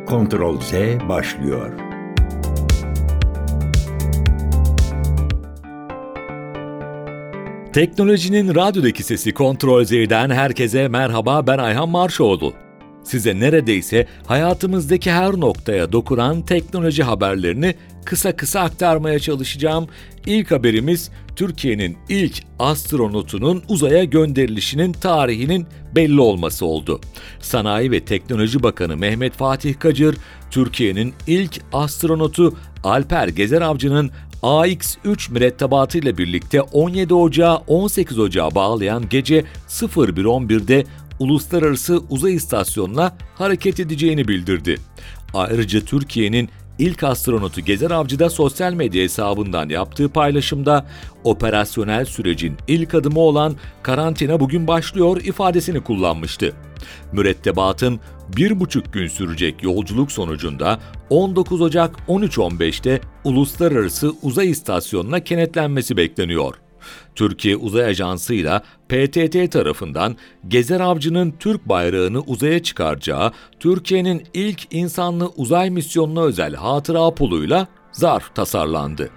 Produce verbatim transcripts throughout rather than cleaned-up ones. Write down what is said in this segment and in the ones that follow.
Kontrol Z başlıyor. Teknolojinin radyodaki sesi Kontrol Z'den herkese merhaba, ben Ayhan Marşoğlu. Size neredeyse hayatımızdaki her noktaya dokunan teknoloji haberlerini kısa kısa aktarmaya çalışacağım. İlk haberimiz Türkiye'nin ilk astronotunun uzaya gönderilişinin tarihinin belli olması oldu. Sanayi ve Teknoloji Bakanı Mehmet Fatih Kacır, Türkiye'nin ilk astronotu Alper Gezer Avcı'nın A X üç mürettebatı ile birlikte on yedi Ocağı on sekiz Ocağı bağlayan gece sıfır bir on birde Uluslararası Uzay İstasyonu'na hareket edeceğini bildirdi. Ayrıca Türkiye'nin ilk astronotu Gezer Avcı da sosyal medya hesabından yaptığı paylaşımda operasyonel sürecin ilk adımı olan karantina bugün başlıyor ifadesini kullanmıştı. Mürettebatın bir buçuk gün sürecek yolculuk sonucunda on dokuz Ocak on üç on beşte Uluslararası Uzay İstasyonu'na kenetlenmesi bekleniyor. Türkiye Uzay Ajansı ile P T T tarafından Gezer Avcı'nın Türk bayrağını uzaya çıkaracağı Türkiye'nin ilk insanlı uzay misyonuna özel hatıra puluyla zarf tasarlandı.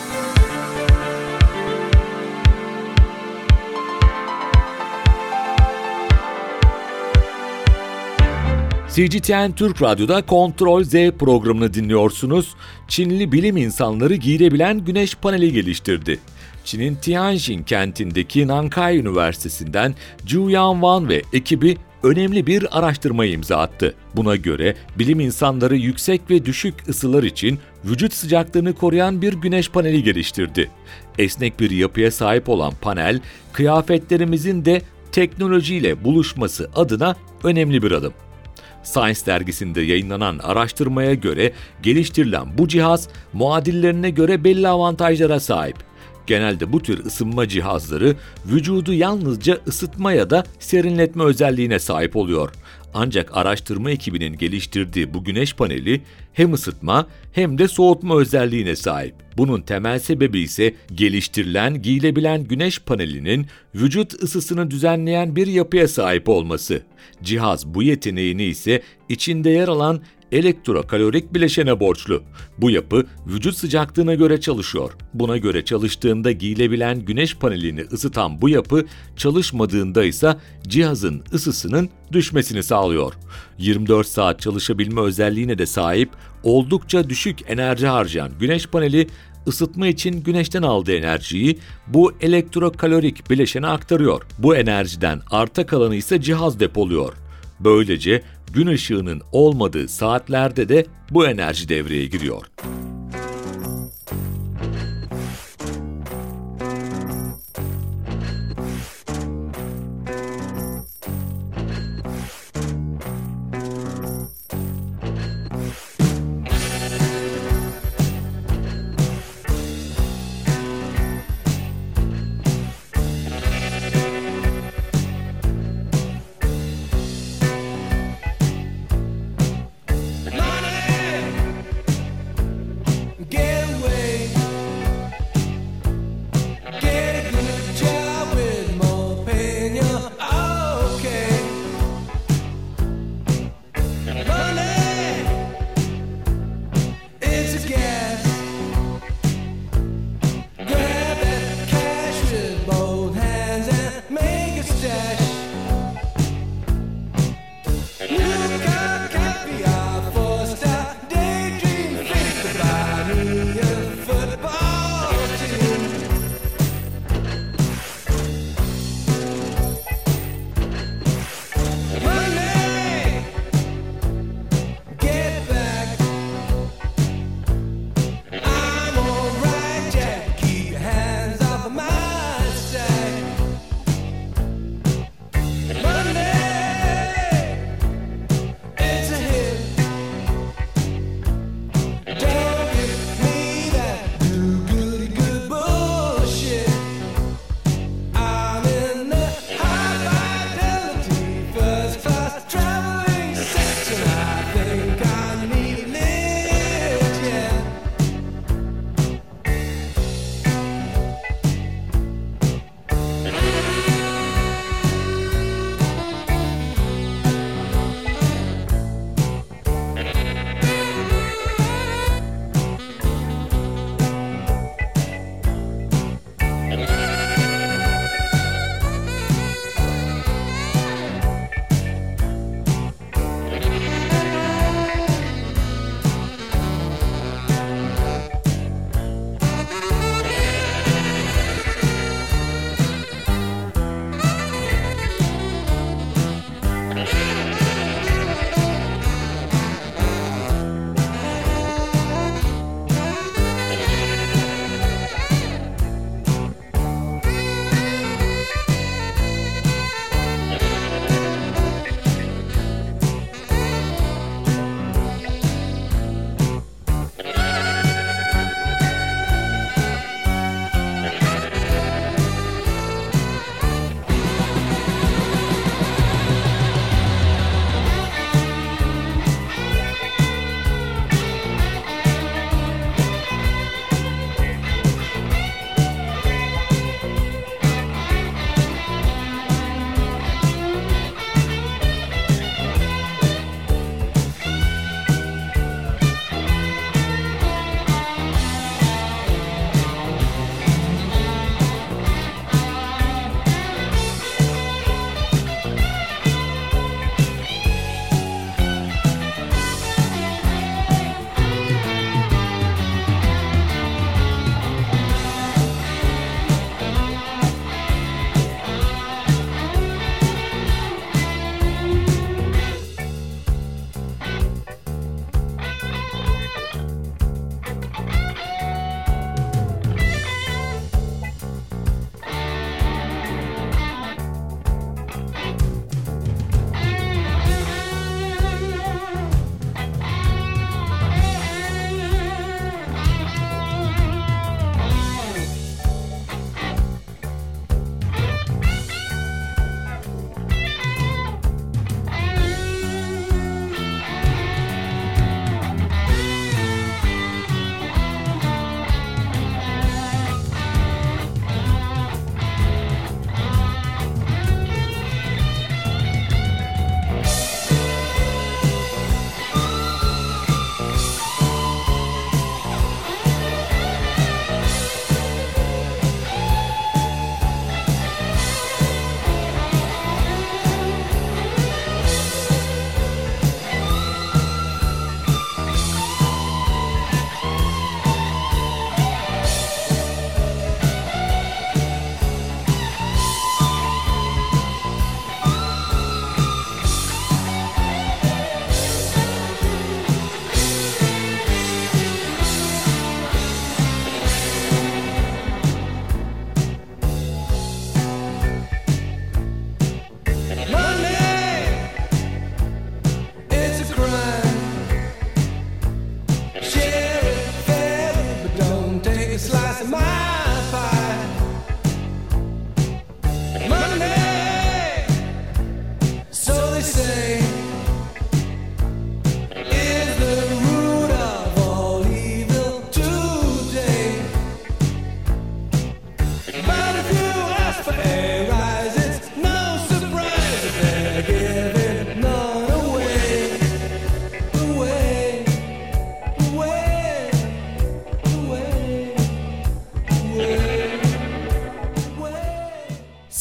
C G T N Türk Radyo'da Kontrol Z programını dinliyorsunuz. Çinli bilim insanları giyilebilen güneş paneli geliştirdi. Çin'in Tianjin kentindeki Nankai Üniversitesi'nden Zhu Yanwan ve ekibi önemli bir araştırmayı imza attı. Buna göre bilim insanları yüksek ve düşük ısılar için vücut sıcaklığını koruyan bir güneş paneli geliştirdi. Esnek bir yapıya sahip olan panel, kıyafetlerimizin de teknolojiyle buluşması adına önemli bir adım. Science dergisinde yayınlanan araştırmaya göre geliştirilen bu cihaz muadillerine göre belli avantajlara sahip. Genelde bu tür ısınma cihazları vücudu yalnızca ısıtma ya da serinletme özelliğine sahip oluyor. Ancak araştırma ekibinin geliştirdiği bu güneş paneli hem ısıtma hem de soğutma özelliğine sahip. Bunun temel sebebi ise geliştirilen giyilebilen güneş panelinin vücut ısısını düzenleyen bir yapıya sahip olması. Cihaz bu yeteneğini ise içinde yer alan elektrokalorik bileşene borçlu. Bu yapı vücut sıcaklığına göre çalışıyor. Buna göre çalıştığında giyilebilen güneş panelini ısıtan bu yapı çalışmadığında ise cihazın ısısının düşmesini sağlıyor. yirmi dört saat çalışabilme özelliğine de sahip, oldukça düşük enerji harcayan güneş paneli ısıtma için güneşten aldığı enerjiyi bu elektrokalorik bileşene aktarıyor. Bu enerjiden arta kalanı ise cihaz depoluyor. Böylece gün ışığının olmadığı saatlerde de bu enerji devreye giriyor.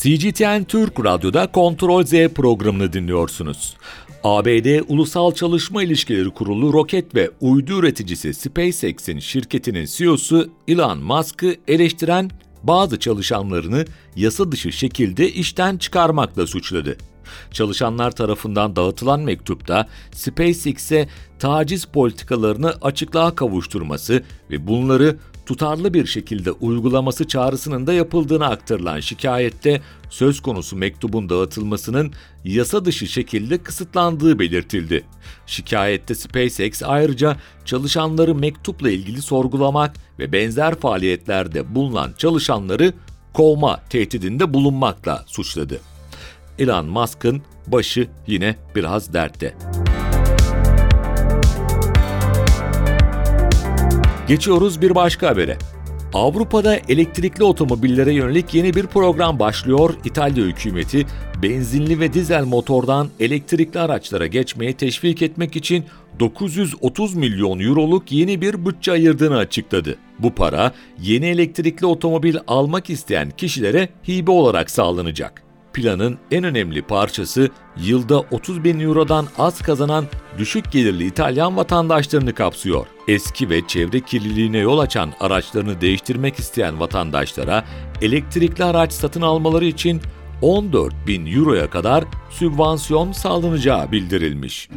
C G T N Türk Radyo'da Kontrol Z programını dinliyorsunuz. A B D Ulusal Çalışma İlişkileri Kurulu roket ve uydu üreticisi SpaceX'in şirketinin C E O'su Elon Musk'ı eleştiren bazı çalışanlarını yasa dışı şekilde işten çıkarmakla suçladı. Çalışanlar tarafından dağıtılan mektupta SpaceX'e taciz politikalarını açıklığa kavuşturması ve bunları tutarlı bir şekilde uygulaması çağrısının da yapıldığını aktarılan şikayette söz konusu mektubun dağıtılmasının yasa dışı şekilde kısıtlandığı belirtildi. Şikayette SpaceX ayrıca çalışanları mektupla ilgili sorgulamak ve benzer faaliyetlerde bulunan çalışanları kovma tehdidinde bulunmakla suçladı. Elon Musk'ın başı yine biraz dertte. Geçiyoruz bir başka habere. Avrupa'da elektrikli otomobillere yönelik yeni bir program başlıyor. İtalya hükümeti benzinli ve dizel motordan elektrikli araçlara geçmeye teşvik etmek için dokuz yüz otuz milyon euroluk yeni bir bütçe ayırdığını açıkladı. Bu para yeni elektrikli otomobil almak isteyen kişilere hibe olarak sağlanacak. Planın en önemli parçası yılda otuz bin eurodan az kazanan düşük gelirli İtalyan vatandaşlarını kapsıyor. Eski ve çevre kirliliğine yol açan araçlarını değiştirmek isteyen vatandaşlara elektrikli araç satın almaları için on dört bin euroya kadar sübvansiyon sağlanacağı bildirilmiş.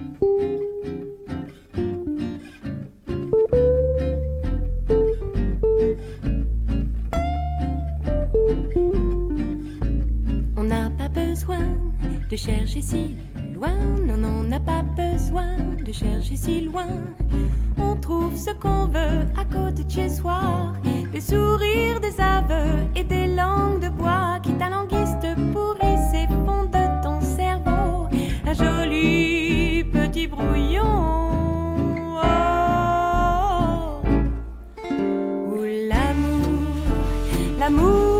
De chercher si loin, non, on n'a pas besoin de chercher si loin. On trouve ce qu'on veut à côté de chez soi. Des sourires, des aveux et des langues de bois qui t'alanguissent, pourrissent et font de ton cerveau un joli petit brouillon. Oh, où l'amour, l'amour.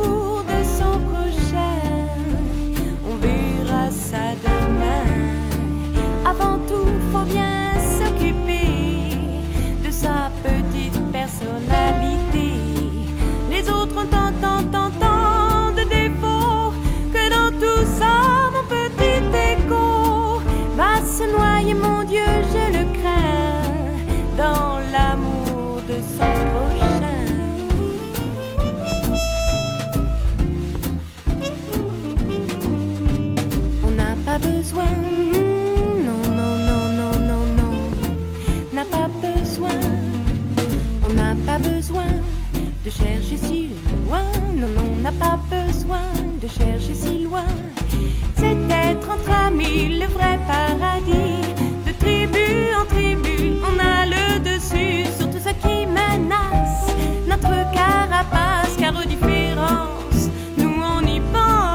Ça demain. Avant tout, faut bien s'occuper de sa petite personnalité. Les autres ont tant, tant, tant, tant de défauts que dans tout ça, mon petit écho va se noyer, mon Dieu, je le crains, dans l'amour de son prochain. Besoin, non, non, non, non, non, non, n'a pas besoin, on n'a pas besoin de chercher si loin, non, non, n'a pas besoin de chercher si loin, c'est être entre amis le vrai paradis, de tribu en tribu, on a le dessus sur tout ce qui menace notre carapace, car aux différences, nous on y pense.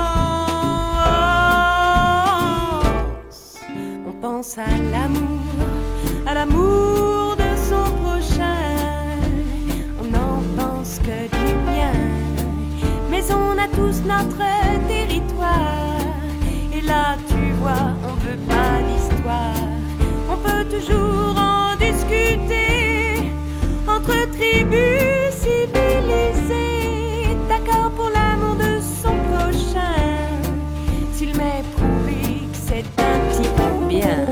Pense à l'amour, à l'amour de son prochain. On n'en pense que du bien, mais on a tous notre territoire. Et là, tu vois, on veut pas d'histoire. On peut toujours en discuter entre tribus civilisées. D'accord pour l'amour de son prochain, s'il m'est prouvé que c'est un petit peu bien.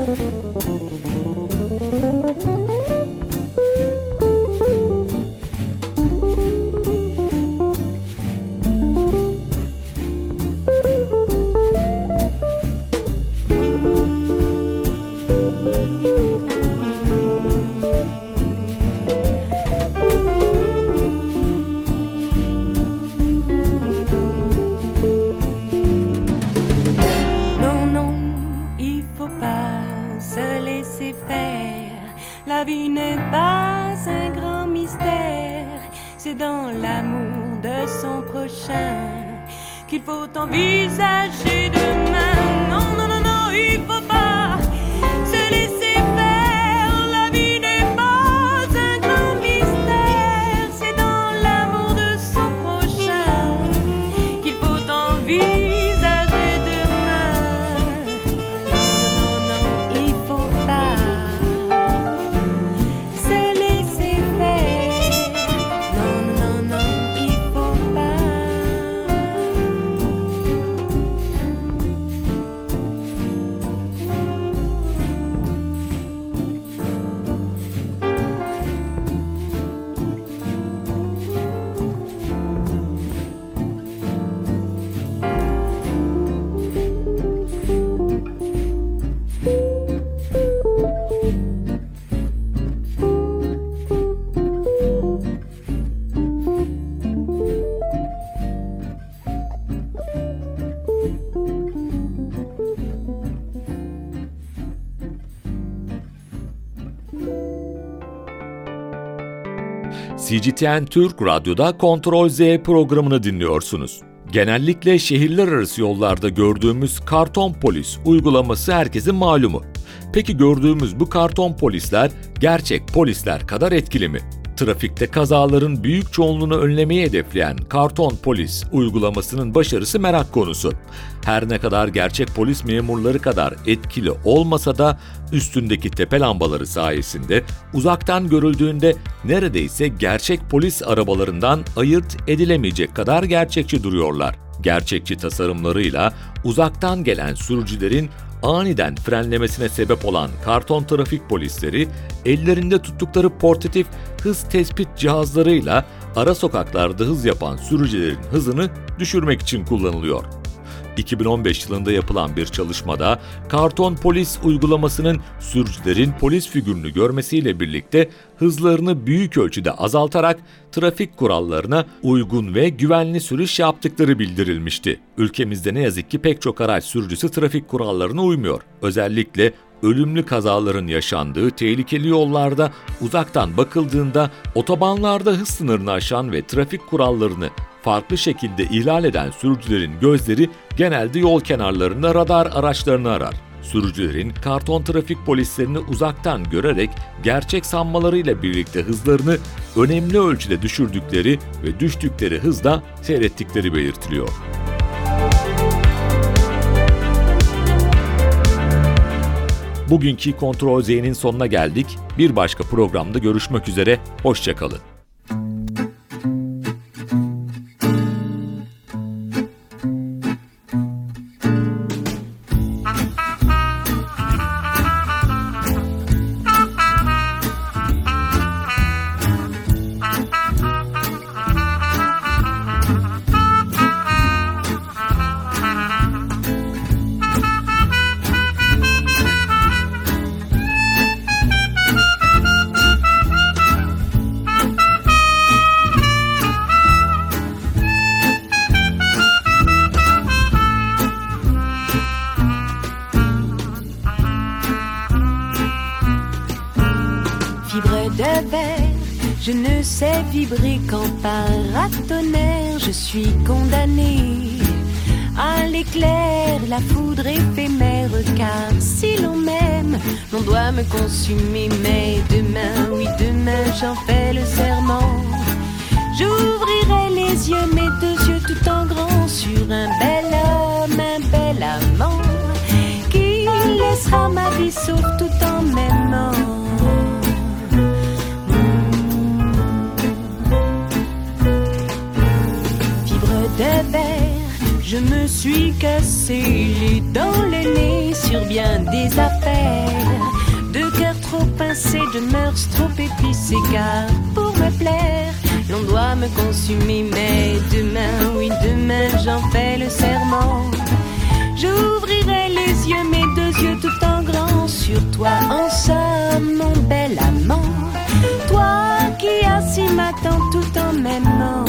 La vie n'est pas un grand mystère, c'est dans l'amour de son prochain qu'il faut envisager demain. Non, non, non, non, il faut pas se laisser faire. La vie n'est pas un grand mystère, c'est dans l'amour de son prochain qu'il faut envisager demain. Non, non, non, il faut pas se laisser faire. Non, non, non, il faut pas. C G T N Türk Radyo'da Kontrol Z programını dinliyorsunuz. Genellikle şehirler arası yollarda gördüğümüz karton polis uygulaması herkesin malumu. Peki gördüğümüz bu karton polisler gerçek polisler kadar etkili mi? Trafikte kazaların büyük çoğunluğunu önlemeyi hedefleyen karton polis uygulamasının başarısı merak konusu. Her ne kadar gerçek polis memurları kadar etkili olmasa da üstündeki tepe lambaları sayesinde uzaktan görüldüğünde neredeyse gerçek polis arabalarından ayırt edilemeyecek kadar gerçekçi duruyorlar. Gerçekçi tasarımlarıyla uzaktan gelen sürücülerin aniden frenlemesine sebep olan karton trafik polisleri, ellerinde tuttukları portatif hız tespit cihazlarıyla ara sokaklarda hız yapan sürücülerin hızını düşürmek için kullanılıyor. iki bin on beş yılında yapılan bir çalışmada karton polis uygulamasının sürücülerin polis figürünü görmesiyle birlikte hızlarını büyük ölçüde azaltarak trafik kurallarına uygun ve güvenli sürüş yaptıkları bildirilmişti. Ülkemizde ne yazık ki pek çok araç sürücüsü trafik kurallarına uymuyor. Özellikle ölümlü kazaların yaşandığı tehlikeli yollarda uzaktan bakıldığında otobanlarda hız sınırını aşan ve trafik kurallarını farklı şekilde ihlal eden sürücülerin gözleri genelde yol kenarlarında radar araçlarını arar. Sürücülerin karton trafik polislerini uzaktan görerek gerçek sanmalarıyla birlikte hızlarını önemli ölçüde düşürdükleri ve düştükleri hızda seyrettikleri belirtiliyor. Bugünkü Kontrol Z'nin sonuna geldik. Bir başka programda görüşmek üzere, hoşça kalın. Je ne sais vibrer qu'en paratonnerre. Je suis condamnée à l'éclair, la foudre éphémère. Car si l'on m'aime, l'on doit me consumer. Mais demain, oui demain, j'en fais le serment. J'ouvrirai les yeux, mes deux yeux tout en grand, sur un bel homme, un bel amant, qui laissera ma vie sauve tout en m'aimant. Je me suis cassé les dents, le nez sur bien des affaires, de cœur trop pincé, de mœurs trop épicées. Car pour me plaire, l'on doit me consumer. Mais demain, oui demain, j'en fais le serment. J'ouvrirai les yeux, mes deux yeux tout en grand, sur toi en somme, mon bel amant. Toi qui assis m'attends tout en m'aimant.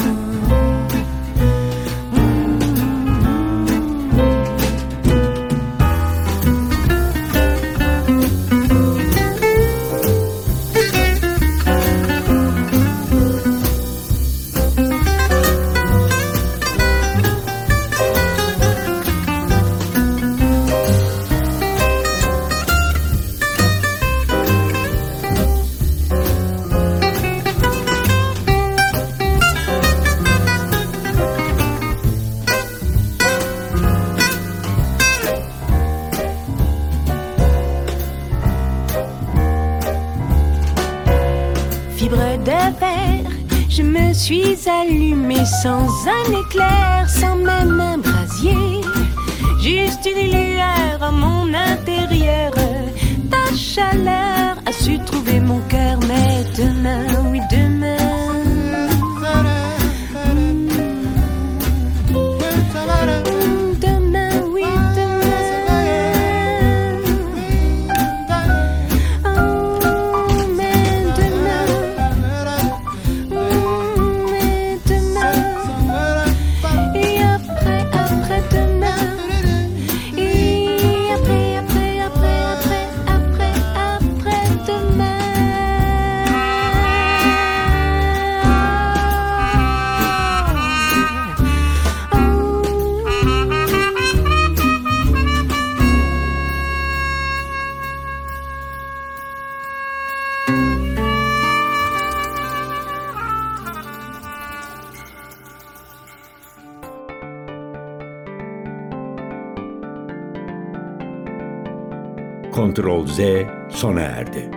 Je me suis allumée sans un éclair, sans même un brasier. Juste une lueur à mon intérieur. Ta chaleur a su trouver mon cœur. Mais demain, oui demain, Kontrol Z sona erdi.